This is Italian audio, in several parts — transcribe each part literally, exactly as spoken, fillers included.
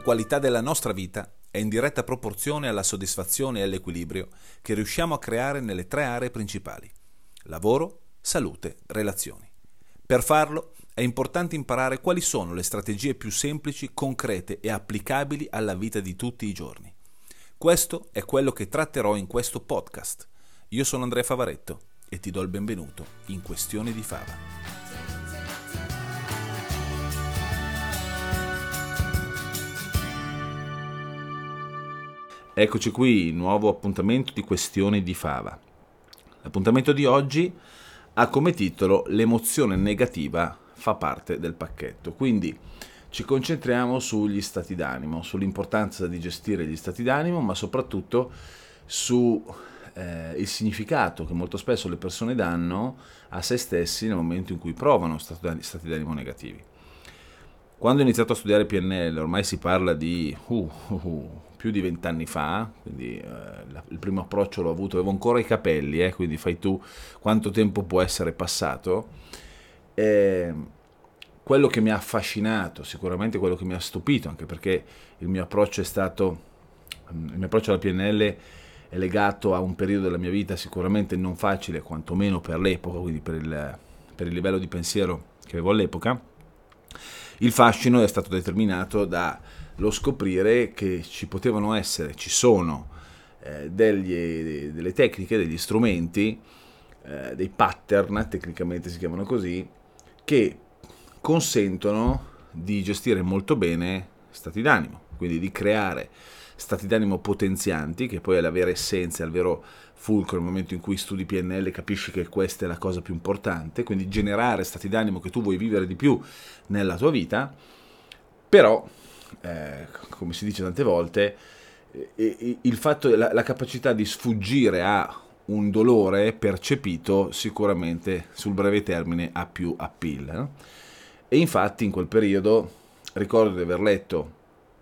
qualità della nostra vita è in diretta proporzione alla soddisfazione e all'equilibrio che riusciamo a creare nelle tre aree principali: lavoro, salute, relazioni. Per farlo è importante imparare quali sono le strategie più semplici, concrete e applicabili alla vita di tutti i giorni. Questo è quello che tratterò in questo podcast. Io sono Andrea Favaretto e ti do il benvenuto in Questioni di Fava. Eccoci qui, nuovo appuntamento di Questioni di Fava. L'appuntamento di oggi ha come titolo "L'emozione negativa fa parte del pacchetto", quindi ci concentriamo sugli stati d'animo, sull'importanza di gestire gli stati d'animo, ma soprattutto su eh, il significato che molto spesso le persone danno a se stessi nel momento in cui provano stati d'animo negativi. Quando ho iniziato a studiare P N L, ormai si parla di uh, uh, uh, più di vent'anni fa, quindi eh, la, il primo approccio l'ho avuto, avevo ancora i capelli, eh, quindi fai tu quanto tempo può essere passato. Eh, quello che mi ha affascinato, sicuramente quello che mi ha stupito, anche perché il mio approccio è stato, il mio approccio alla P N L è legato a un periodo della mia vita sicuramente non facile, quantomeno per l'epoca, quindi per il, per il livello di pensiero che avevo all'epoca. Il fascino è stato determinato dallo scoprire che ci potevano essere, ci sono eh, degli, delle tecniche, degli strumenti, eh, dei pattern, tecnicamente si chiamano così, che consentono di gestire molto bene stati d'animo, quindi di creare stati d'animo potenzianti, che poi è la vera essenza, è il vero fulcro nel momento in cui studi P N L, capisci che questa è la cosa più importante, quindi generare stati d'animo che tu vuoi vivere di più nella tua vita. Però, eh, come si dice tante volte, eh, il fatto, la, la capacità di sfuggire a un dolore percepito sicuramente sul breve termine ha più appeal, no? E infatti in quel periodo ricordo di aver letto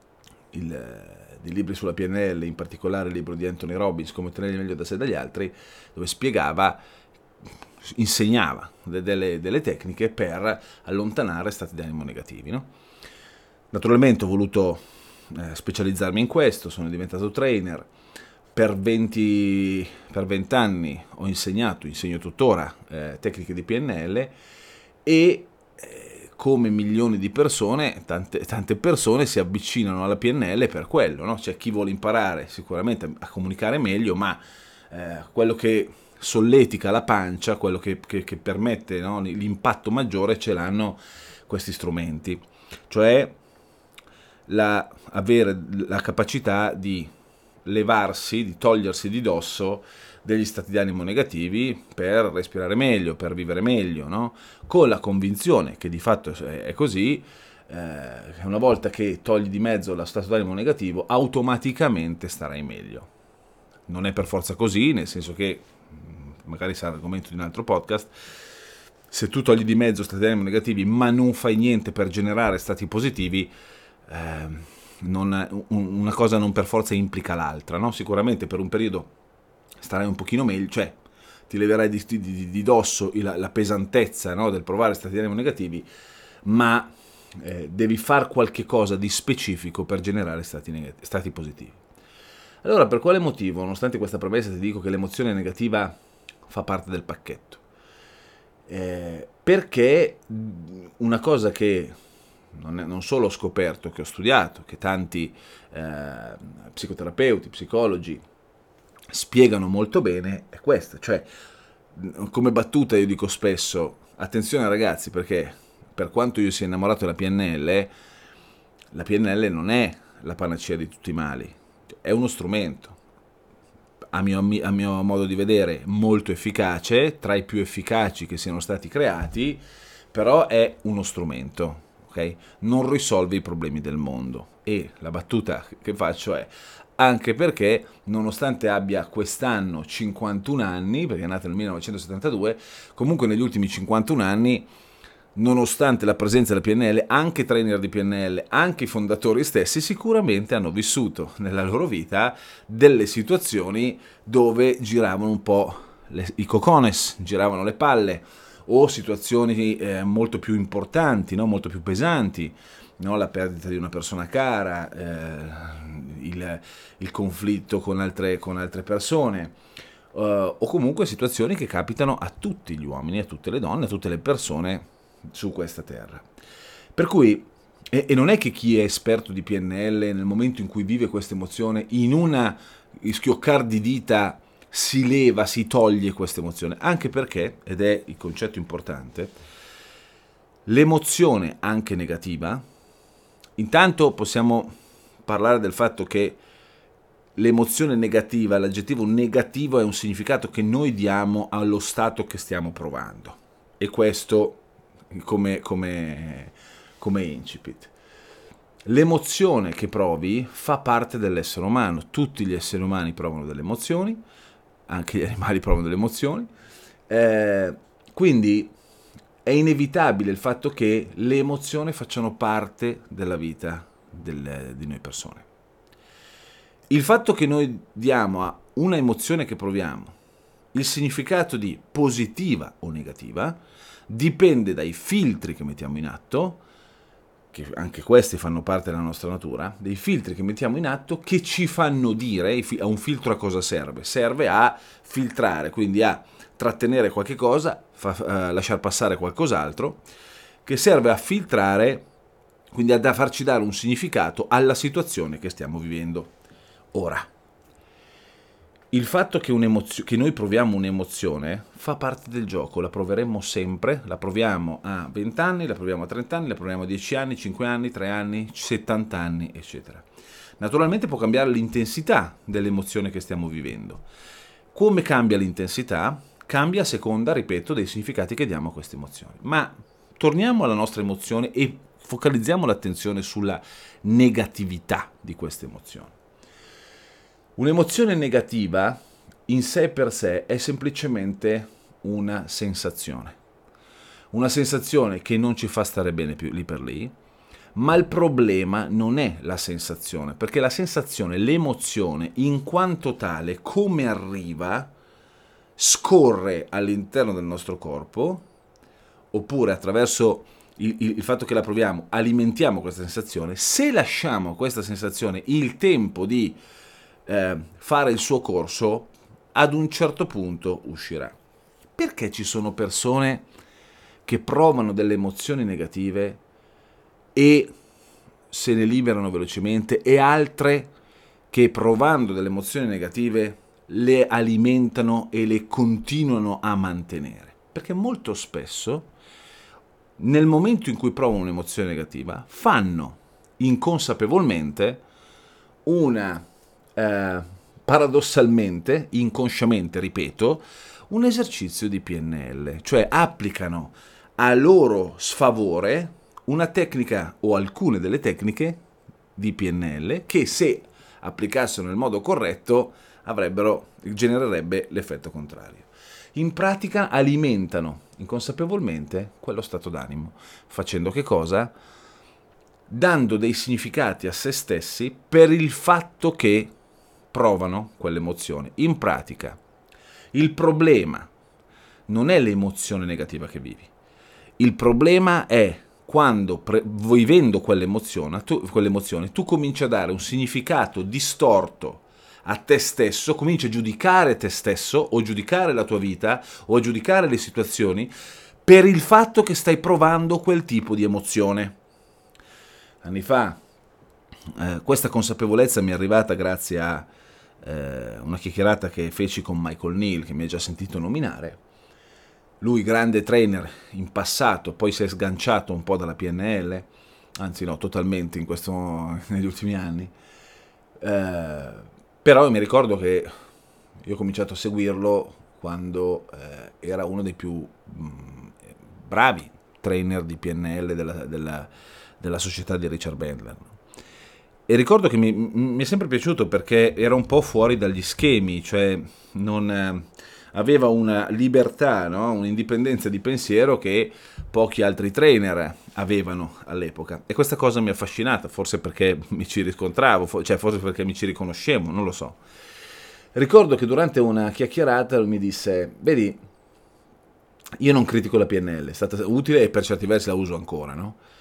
il dei libri sulla P N L, in particolare il libro di Anthony Robbins, Come ottenere meglio da sé e dagli altri, dove spiegava, insegnava delle, delle tecniche per allontanare stati d'animo negativi, no? Naturalmente ho voluto eh, specializzarmi in questo, sono diventato trainer, per venti per venti anni ho insegnato, insegno tuttora eh, tecniche di P N L e come milioni di persone, tante, tante persone si avvicinano alla P N L per quello, no? C'è chi vuole imparare sicuramente a comunicare meglio, ma eh, quello che solletica la pancia, quello che, che, che permette, no, l'impatto maggiore, ce l'hanno questi strumenti, cioè la, avere la capacità di levarsi, di togliersi di dosso degli stati d'animo negativi per respirare meglio, per vivere meglio, no? Con la convinzione che di fatto è così, eh, una volta che togli di mezzo lo stato d'animo negativo, automaticamente starai meglio. Non è per forza così, nel senso che, magari sarà argomento di un altro podcast, se tu togli di mezzo stati d'animo negativi ma non fai niente per generare stati positivi, eh, non, una cosa non per forza implica l'altra, no? Sicuramente per un periodo starai un pochino meglio, cioè ti leverai di, di, di dosso la, la pesantezza, no, del provare stati d'animo negativi, ma eh, devi fare qualche cosa di specifico per generare stati, negati- stati positivi. Allora, per quale motivo, nonostante questa premessa, ti dico che l'emozione negativa fa parte del pacchetto? Eh, perché una cosa che non, è, non solo ho scoperto, che ho studiato, che tanti eh, psicoterapeuti, psicologi spiegano molto bene, è questa, cioè come battuta io dico spesso, attenzione ragazzi, perché per quanto io sia innamorato della P N L, la P N L non è la panacea di tutti i mali, è uno strumento, a mio, a mio modo di vedere molto efficace, tra i più efficaci che siano stati creati, però è uno strumento, ok? Non risolve i problemi del mondo. E la battuta che faccio è: anche perché, nonostante abbia quest'anno cinquantuno anni, perché è nata nel millenovecentosettantadue, comunque negli ultimi cinquantuno anni, nonostante la presenza della P N L, anche i trainer di P N L, anche i fondatori stessi, sicuramente hanno vissuto nella loro vita delle situazioni dove giravano un po' le, i cocones, giravano le palle, o situazioni eh, molto più importanti, no? Molto più pesanti, no? La perdita di una persona cara, eh, il, il conflitto con altre, con altre persone, eh, o comunque situazioni che capitano a tutti gli uomini, a tutte le donne, a tutte le persone su questa terra. Per cui, e, e non è che chi è esperto di P N L nel momento in cui vive questa emozione, in una schioccar di dita si leva, si toglie questa emozione, anche perché, ed è il concetto importante, l'emozione anche negativa, intanto possiamo parlare del fatto che l'emozione negativa, l'aggettivo negativo è un significato che noi diamo allo stato che stiamo provando, e questo come, come, come incipit. L'emozione che provi fa parte dell'essere umano, tutti gli esseri umani provano delle emozioni, anche gli animali provano delle emozioni, eh, quindi è inevitabile il fatto che le emozioni facciano parte della vita del, di noi persone. Il fatto che noi diamo a una emozione che proviamo il significato di positiva o negativa dipende dai filtri che mettiamo in atto, che anche questi fanno parte della nostra natura, dei filtri che mettiamo in atto che ci fanno dire, a un filtro a cosa serve? Serve a filtrare, quindi a trattenere qualche cosa, fa, uh, lasciar passare qualcos'altro, che serve a filtrare, quindi a farci dare un significato alla situazione che stiamo vivendo. Ora, il fatto che, che noi proviamo un'emozione fa parte del gioco, la proveremo sempre, la proviamo a venti anni, la proviamo a trenta anni, la proviamo a dieci anni, cinque anni, tre anni, settanta anni, eccetera. Naturalmente può cambiare l'intensità dell'emozione che stiamo vivendo. Come cambia l'intensità? Cambia a seconda, ripeto, dei significati che diamo a queste emozioni. Ma torniamo alla nostra emozione e focalizziamo l'attenzione sulla negatività di queste emozioni. Un'emozione negativa in sé per sé è semplicemente una sensazione. Una sensazione che non ci fa stare bene più lì per lì, ma il problema non è la sensazione, perché la sensazione, l'emozione, in quanto tale, come arriva, scorre all'interno del nostro corpo, oppure attraverso il, il, il fatto che la proviamo, alimentiamo questa sensazione. Se lasciamo a questa sensazione il tempo di eh, fare il suo corso, ad un certo punto uscirà. Perché ci sono persone che provano delle emozioni negative e se ne liberano velocemente, e altre che provando delle emozioni negative le alimentano e le continuano a mantenere? Perché molto spesso nel momento in cui provano un'emozione negativa fanno inconsapevolmente una eh, paradossalmente, inconsciamente, ripeto, un esercizio di P N L, cioè applicano a loro sfavore una tecnica o alcune delle tecniche di P N L che, se applicassero nel modo corretto, avrebbero, genererebbe l'effetto contrario. In pratica alimentano inconsapevolmente quello stato d'animo, facendo che cosa? Dando dei significati a se stessi per il fatto che provano quell'emozione. In pratica, il problema non è l'emozione negativa che vivi. Il problema è quando, pre- vivendo quell'emozione tu, quell'emozione, tu cominci a dare un significato distorto a te stesso, cominci a giudicare te stesso, o giudicare la tua vita, o a giudicare le situazioni, per il fatto che stai provando quel tipo di emozione. Anni fa, eh, questa consapevolezza mi è arrivata grazie a eh, una chiacchierata che feci con Michael Neill, che mi ha già sentito nominare. Lui, grande trainer in passato, poi si è sganciato un po' dalla P N L, anzi no, totalmente in questo, negli ultimi anni. Eh, però mi ricordo che io ho cominciato a seguirlo quando eh, era uno dei più mh, bravi trainer di P N L della, della, della società di Richard Bandler. E ricordo che mi, mi è sempre piaciuto perché era un po' fuori dagli schemi, cioè non... Eh, aveva una libertà, no? Un'indipendenza di pensiero che pochi altri trainer avevano all'epoca, e questa cosa mi ha affascinata, forse perché mi ci riscontravo, cioè forse perché mi ci riconoscevo, non lo so. Ricordo che durante una chiacchierata lui mi disse: vedi, io non critico la P N L, è stata utile e per certi versi la uso ancora, no?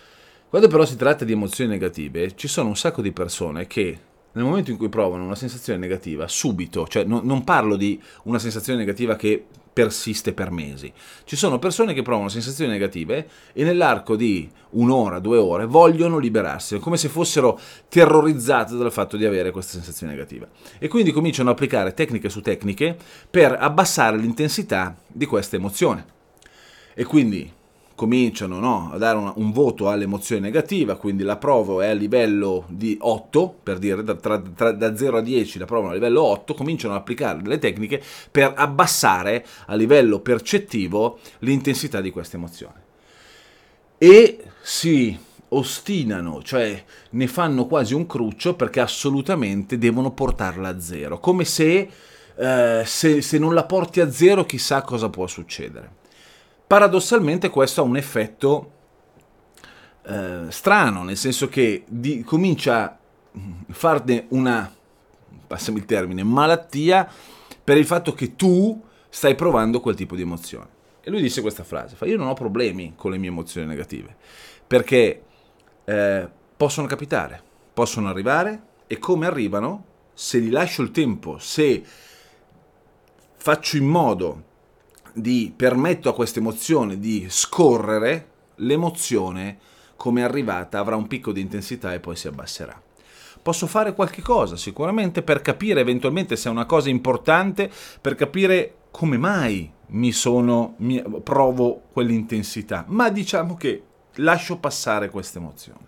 Quando però si tratta di emozioni negative, ci sono un sacco di persone che nel momento in cui provano una sensazione negativa, subito, cioè no, non parlo di una sensazione negativa che persiste per mesi, ci sono persone che provano sensazioni negative e nell'arco di un'ora, due ore vogliono liberarsi, come se fossero terrorizzate dal fatto di avere questa sensazione negativa. E quindi cominciano ad applicare tecniche su tecniche per abbassare l'intensità di questa emozione. E quindi cominciano, no, a dare una, un voto all'emozione negativa, quindi la provo è a livello di otto, per dire, da, tra, tra, da zero a dieci la provano a livello otto, cominciano ad applicare delle tecniche per abbassare a livello percettivo l'intensità di questa emozione. E si ostinano, cioè ne fanno quasi un cruccio perché assolutamente devono portarla a zero, come se, eh, se, se non la porti a zero chissà cosa può succedere. Paradossalmente questo ha un effetto eh, strano, nel senso che di, comincia a farne una, passami il termine, malattia per il fatto che tu stai provando quel tipo di emozione. E lui disse questa frase, fa, io non ho problemi con le mie emozioni negative, perché eh, possono capitare, possono arrivare e come arrivano, se gli lascio il tempo, se faccio in modo di permetto a questa emozione di scorrere, l'emozione come è arrivata avrà un picco di intensità e poi si abbasserà. Posso fare qualche cosa sicuramente per capire eventualmente se è una cosa importante, per capire come mai mi sono mi, provo quell'intensità, ma diciamo che lascio passare questa emozione.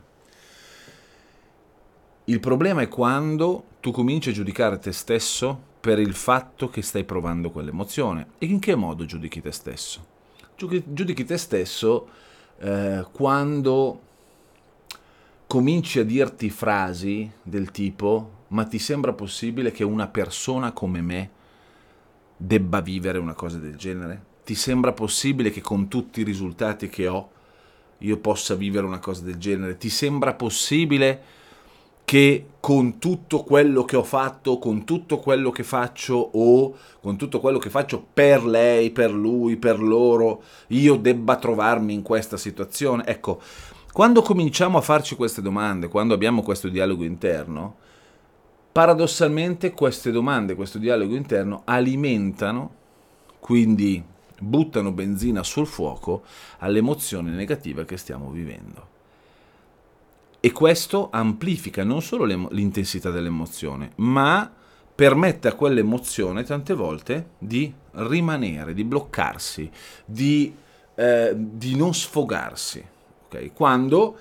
Il problema è quando tu cominci a giudicare te stesso per il fatto che stai provando quell'emozione. E in che modo giudichi te stesso? Giudichi te stesso eh, quando cominci a dirti frasi del tipo: ma ti sembra possibile che una persona come me debba vivere una cosa del genere? Ti sembra possibile che con tutti i risultati che ho io possa vivere una cosa del genere? Ti sembra possibile che con tutto quello che ho fatto, con tutto quello che faccio o con tutto quello che faccio per lei, per lui, per loro, io debba trovarmi in questa situazione? Ecco, quando cominciamo a farci queste domande, quando abbiamo questo dialogo interno, paradossalmente queste domande, questo dialogo interno alimentano, quindi buttano benzina sul fuoco all'emozione negativa che stiamo vivendo. E questo amplifica non solo l'intensità dell'emozione, ma permette a quell'emozione tante volte di rimanere, di bloccarsi, di, eh, di non sfogarsi. Okay? Quando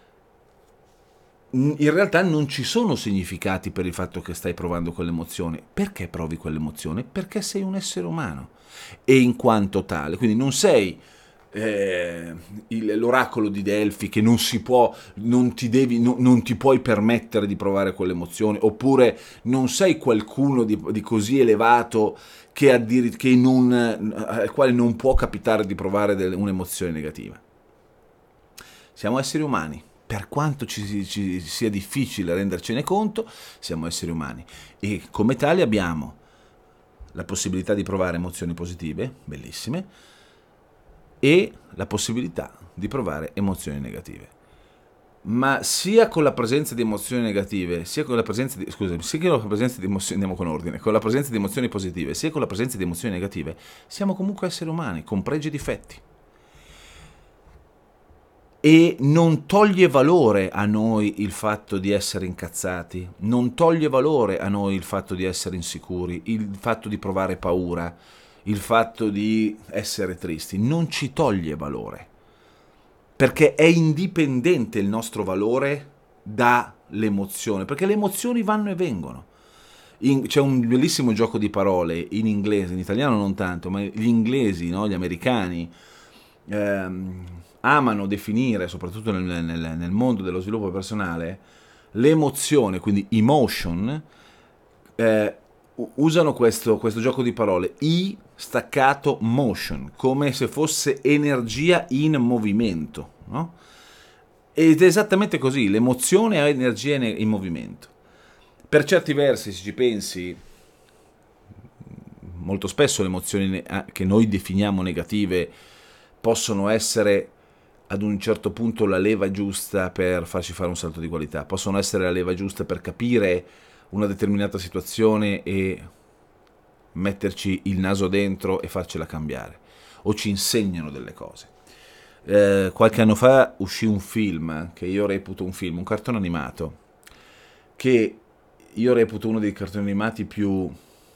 in realtà non ci sono significati per il fatto che stai provando quell'emozione. Perché provi quell'emozione? Perché sei un essere umano e in quanto tale, quindi non sei Eh, il, l'oracolo di Delfi che non si può, non ti devi, no, non ti puoi permettere di provare quell'emozione, oppure non sei qualcuno di, di così elevato che, addir- che non, al quale non può capitare di provare delle, un'emozione negativa. Siamo esseri umani, per quanto ci, ci sia difficile rendercene conto, siamo esseri umani e come tali abbiamo la possibilità di provare emozioni positive, bellissime, e la possibilità di provare emozioni negative. Ma sia con la presenza di emozioni negative, sia con la presenza di scusami, sia con la presenza di emozioni, andiamo con ordine, con la presenza di emozioni positive, sia con la presenza di emozioni negative, siamo comunque esseri umani, con pregi e difetti. E non toglie valore a noi il fatto di essere incazzati, non toglie valore a noi il fatto di essere insicuri, il fatto di provare paura, il fatto di essere tristi, non ci toglie valore, perché è indipendente il nostro valore dall'emozione, perché le emozioni vanno e vengono. In, c'è un bellissimo gioco di parole in inglese, in italiano non tanto, ma gli inglesi, no, gli americani, ehm, amano definire, soprattutto nel, nel, nel mondo dello sviluppo personale, l'emozione, quindi emotion, eh, usano questo, questo gioco di parole, I staccato motion, come se fosse energia in movimento, no? Ed è esattamente così, l'emozione è energia in movimento. Per certi versi, se ci pensi, molto spesso le emozioni che noi definiamo negative possono essere ad un certo punto la leva giusta per farci fare un salto di qualità, possono essere la leva giusta per capire una determinata situazione e metterci il naso dentro e farcela cambiare, o ci insegnano delle cose. Eh, qualche anno fa uscì un film che io reputo un film, un cartone animato, che io reputo uno dei cartoni animati più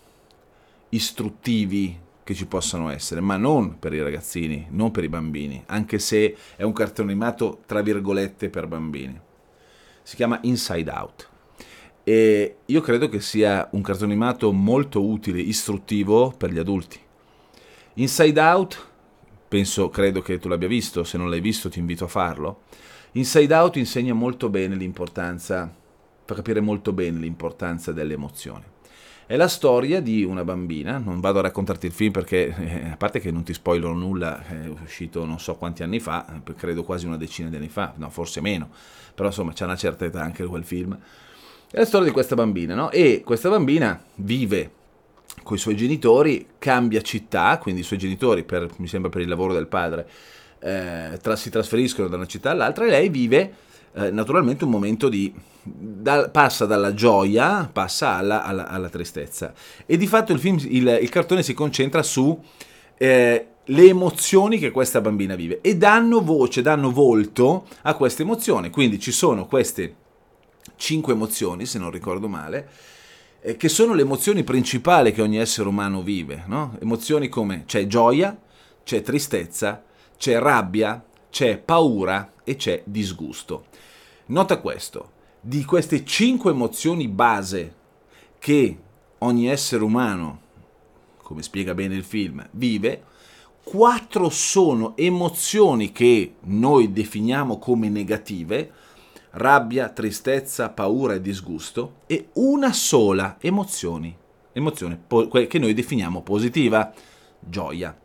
istruttivi che ci possano essere, ma non per i ragazzini, non per i bambini, anche se è un cartone animato tra virgolette per bambini. Si chiama Inside Out e io credo che sia un cartone animato molto utile, istruttivo per gli adulti. Inside Out, penso, credo che tu l'abbia visto, se non l'hai visto ti invito a farlo. Inside Out insegna molto bene l'importanza, fa capire molto bene l'importanza delle emozioni. È la storia di una bambina, non vado a raccontarti il film perché, eh, a parte che non ti spoilerò nulla, è uscito non so quanti anni fa, credo quasi una decina di anni fa, no forse meno, però insomma c'è una certa età anche quel film. È la storia di questa bambina, no? E questa bambina vive con i suoi genitori, cambia città, quindi i suoi genitori, per, mi sembra per il lavoro del padre, eh, tra, si trasferiscono da una città all'altra e lei vive eh, naturalmente un momento di... Da, passa dalla gioia, passa alla, alla, alla tristezza. E di fatto il, film, il, il cartone si concentra su eh, le emozioni che questa bambina vive e danno voce, danno volto a queste emozioni. Quindi ci sono queste cinque emozioni, se non ricordo male, eh, che sono le emozioni principali che ogni essere umano vive, no? Emozioni come c'è gioia, c'è tristezza, c'è rabbia, c'è paura e c'è disgusto. Nota questo. Di queste cinque emozioni base che ogni essere umano, come spiega bene il film, vive, quattro sono emozioni che noi definiamo come negative, rabbia, tristezza, paura e disgusto, e una sola emozione, emozione che noi definiamo positiva, gioia.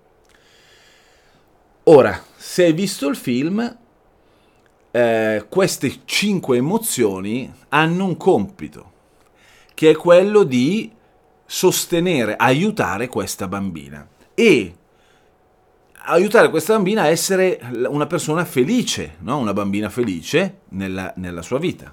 Ora, se hai visto il film, Eh, queste cinque emozioni hanno un compito, che è quello di sostenere, aiutare questa bambina e aiutare questa bambina a essere una persona felice, no? Una bambina felice nella, nella sua vita.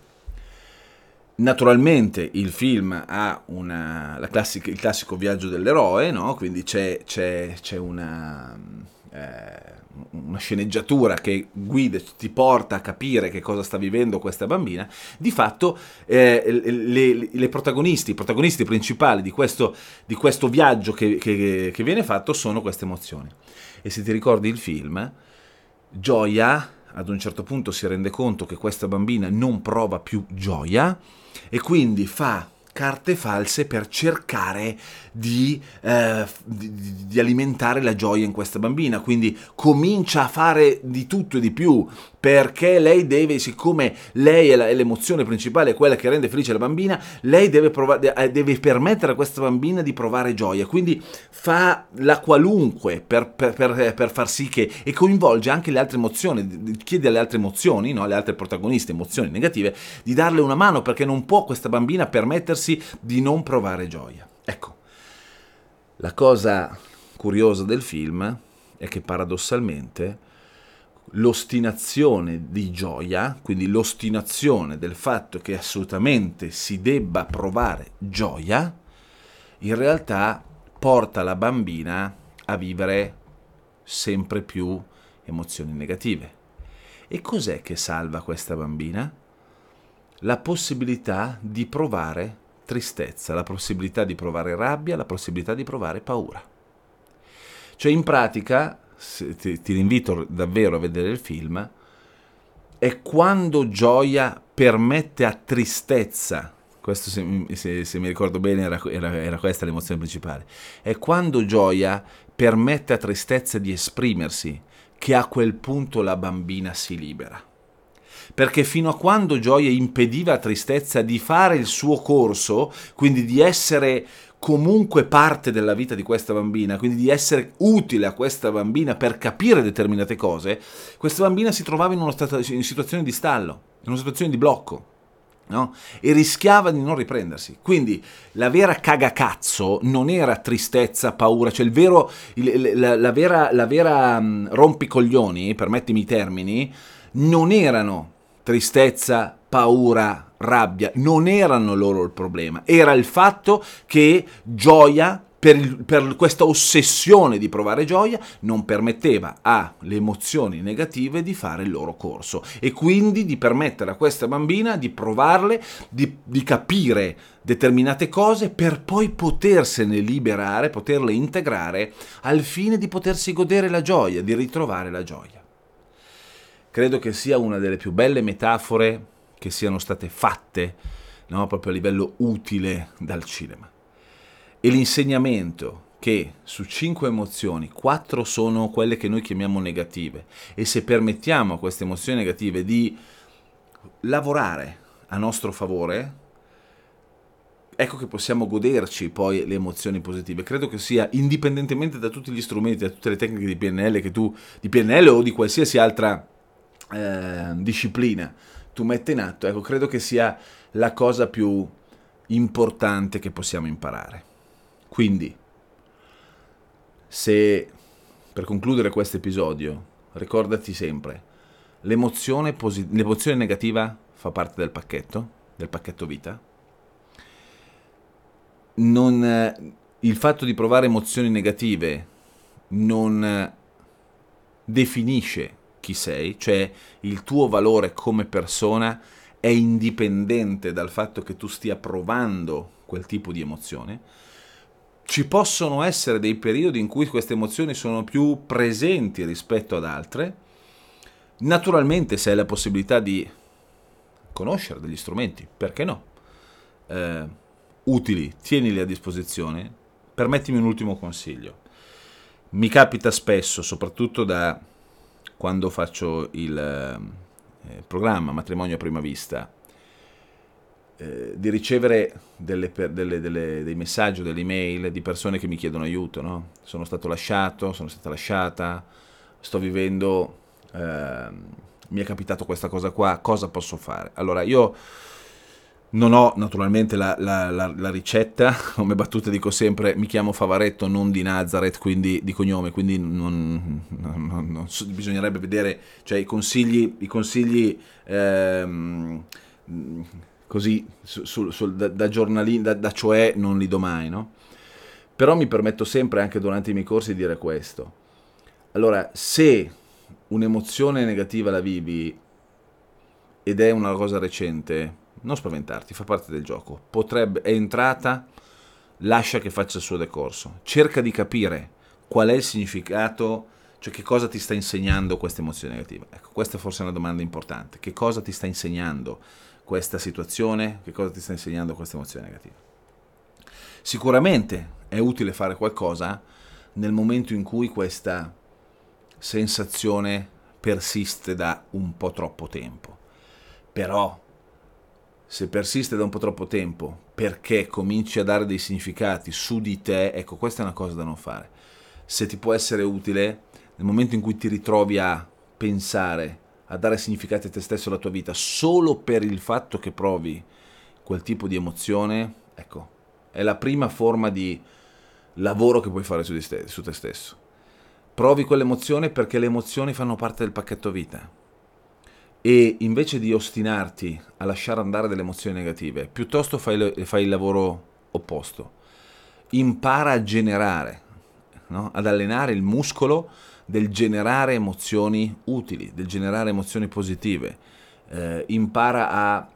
Naturalmente il film ha una, la classica, il classico viaggio dell'eroe, no? Quindi c'è, c'è, c'è una... Eh, una sceneggiatura che guida, ti porta a capire che cosa sta vivendo questa bambina. Di fatto eh, le, le protagonisti, i protagonisti principali di questo, di questo viaggio che, che, che viene fatto sono queste emozioni. E se ti ricordi il film, Gioia ad un certo punto si rende conto che questa bambina non prova più gioia e quindi fa carte false per cercare di, eh, di, di alimentare la gioia in questa bambina, quindi comincia a fare di tutto e di più perché lei deve, siccome lei è, la, è l'emozione principale, è quella che rende felice la bambina, lei deve, provare, deve permettere a questa bambina di provare gioia, quindi fa la qualunque per, per, per, per far sì che, e coinvolge anche le altre emozioni, chiede alle altre emozioni, no, alle altre protagoniste, emozioni negative, di darle una mano perché non può questa bambina permettersi di non provare gioia. Ecco, la cosa curiosa del film è che paradossalmente l'ostinazione di gioia, quindi l'ostinazione del fatto che assolutamente si debba provare gioia, in realtà porta la bambina a vivere sempre più emozioni negative. E cos'è che salva questa bambina? La possibilità di provare tristezza, la possibilità di provare rabbia, la possibilità di provare paura. Cioè in pratica, ti, ti invito davvero a vedere il film, è quando gioia permette a tristezza, questo se, se, se mi ricordo bene era, era, era questa l'emozione principale, è quando gioia permette a tristezza di esprimersi, che a quel punto la bambina si libera. Perché fino a quando gioia impediva a tristezza di fare il suo corso, quindi di essere comunque parte della vita di questa bambina, quindi di essere utile a questa bambina per capire determinate cose, questa bambina si trovava in una stata, in situazione di stallo, in una situazione di blocco. no? E rischiava di non riprendersi. Quindi la vera cagacazzo non era tristezza, paura, cioè il vero, il, la, la vera, la vera um, rompicoglioni, permettimi i termini, non erano tristezza, paura, rabbia, non erano loro il problema, era il fatto che gioia, per, il, per questa ossessione di provare gioia, non permetteva alle emozioni negative di fare il loro corso e quindi di permettere a questa bambina di provarle, di, di capire determinate cose per poi potersene liberare, poterle integrare al fine di potersi godere la gioia, di ritrovare la gioia. Credo che sia una delle più belle metafore che siano state fatte, no, proprio a livello utile dal cinema. E l'insegnamento che su cinque emozioni, quattro sono quelle che noi chiamiamo negative, e se permettiamo a queste emozioni negative di lavorare a nostro favore, ecco che possiamo goderci poi le emozioni positive. Credo che sia, indipendentemente da tutti gli strumenti, da tutte le tecniche di P N L che tu, di P N L o di qualsiasi altra eh, disciplina tu mette in atto, ecco, credo che sia la cosa più importante che possiamo imparare. Quindi, se per concludere questo episodio, ricordati sempre, l'emozione, posit- l'emozione negativa fa parte del pacchetto, del pacchetto vita. Non, il fatto di provare emozioni negative non definisce chi sei, cioè il tuo valore come persona è indipendente dal fatto che tu stia provando quel tipo di emozione. Ci possono essere dei periodi in cui queste emozioni sono più presenti rispetto ad altre. Naturalmente, se hai la possibilità di conoscere degli strumenti, perché no? Eh, utili, tienili a disposizione. Permettimi un ultimo consiglio. Mi capita spesso, soprattutto da quando faccio il eh, programma Matrimonio a Prima Vista, eh, di ricevere delle, delle, delle, dei messaggi o delle email di persone che mi chiedono aiuto, no? Sono stato lasciato, sono stata lasciata, sto vivendo, eh, mi è capitato questa cosa qua, cosa posso fare? Allora, io non ho naturalmente la, la, la, la ricetta, come battuta dico sempre, mi chiamo Favaretto, non di Nazareth, quindi di cognome, quindi non, non, non, non so, bisognerebbe vedere, cioè i consigli, i consigli ehm, così su, su, su, da, da giornalino, da, da cioè non li do mai, no? Però mi permetto sempre anche durante i miei corsi di dire questo. Allora, se un'emozione negativa la vivi ed è una cosa recente, non spaventarti, fa parte del gioco. Potrebbe, è entrata, lascia che faccia il suo decorso. Cerca di capire qual è il significato, cioè che cosa ti sta insegnando questa emozione negativa. Ecco, questa forse è una domanda importante. Che cosa ti sta insegnando questa situazione? Che cosa ti sta insegnando questa emozione negativa? Sicuramente è utile fare qualcosa nel momento in cui questa sensazione persiste da un po' troppo tempo. Però se persiste da un po' troppo tempo perché cominci a dare dei significati su di te, ecco, questa è una cosa da non fare. Se ti può essere utile, nel momento in cui ti ritrovi a pensare, a dare significati a te stesso alla tua vita, solo per il fatto che provi quel tipo di emozione, ecco, è la prima forma di lavoro che puoi fare su, di te, su te stesso. Provi quell'emozione perché le emozioni fanno parte del pacchetto vita. E invece di ostinarti a lasciare andare delle emozioni negative, piuttosto fai, fai il lavoro opposto. Impara a generare, no? Ad allenare il muscolo del generare emozioni utili, del generare emozioni positive. Eh, impara a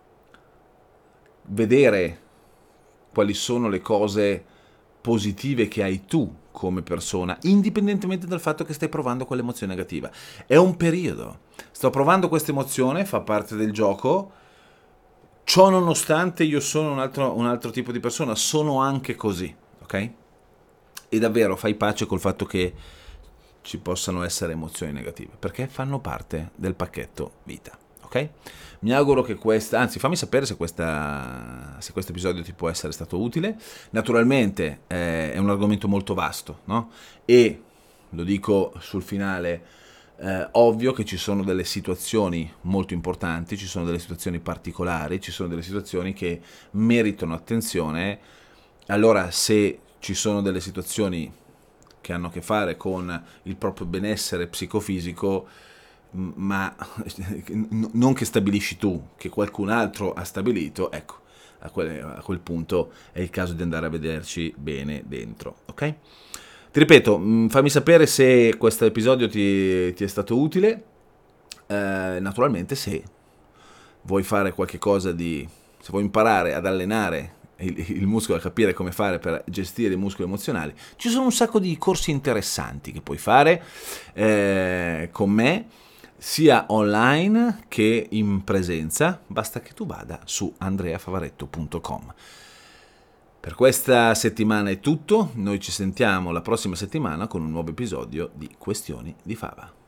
vedere quali sono le cose positive che hai tu come persona, indipendentemente dal fatto che stai provando quell'emozione negativa. È un periodo. Sto provando questa emozione, fa parte del gioco. Ciò nonostante io sono un altro, un altro tipo di persona, sono anche così, ok? E davvero fai pace col fatto che ci possano essere emozioni negative, perché fanno parte del pacchetto vita, ok? Mi auguro che questa, anzi fammi sapere se questa, se questo episodio ti può essere stato utile. Naturalmente eh, è un argomento molto vasto, no? E lo dico sul finale, Eh, ovvio che ci sono delle situazioni molto importanti, ci sono delle situazioni particolari, ci sono delle situazioni che meritano attenzione. Allora, se ci sono delle situazioni che hanno a che fare con il proprio benessere psicofisico, ma non che stabilisci tu, che qualcun altro ha stabilito, ecco, a quel, a quel punto è il caso di andare a vederci bene dentro, ok? Ti ripeto, fammi sapere se questo episodio ti, ti è stato utile. Eh, naturalmente, se vuoi fare qualche cosa di... se vuoi imparare ad allenare il, il muscolo, a capire come fare per gestire i muscoli emozionali, ci sono un sacco di corsi interessanti che puoi fare eh, con me, sia online che in presenza. Basta che tu vada su andrea favaretto punto com. Per questa settimana è tutto, noi ci sentiamo la prossima settimana con un nuovo episodio di Questioni di Fava.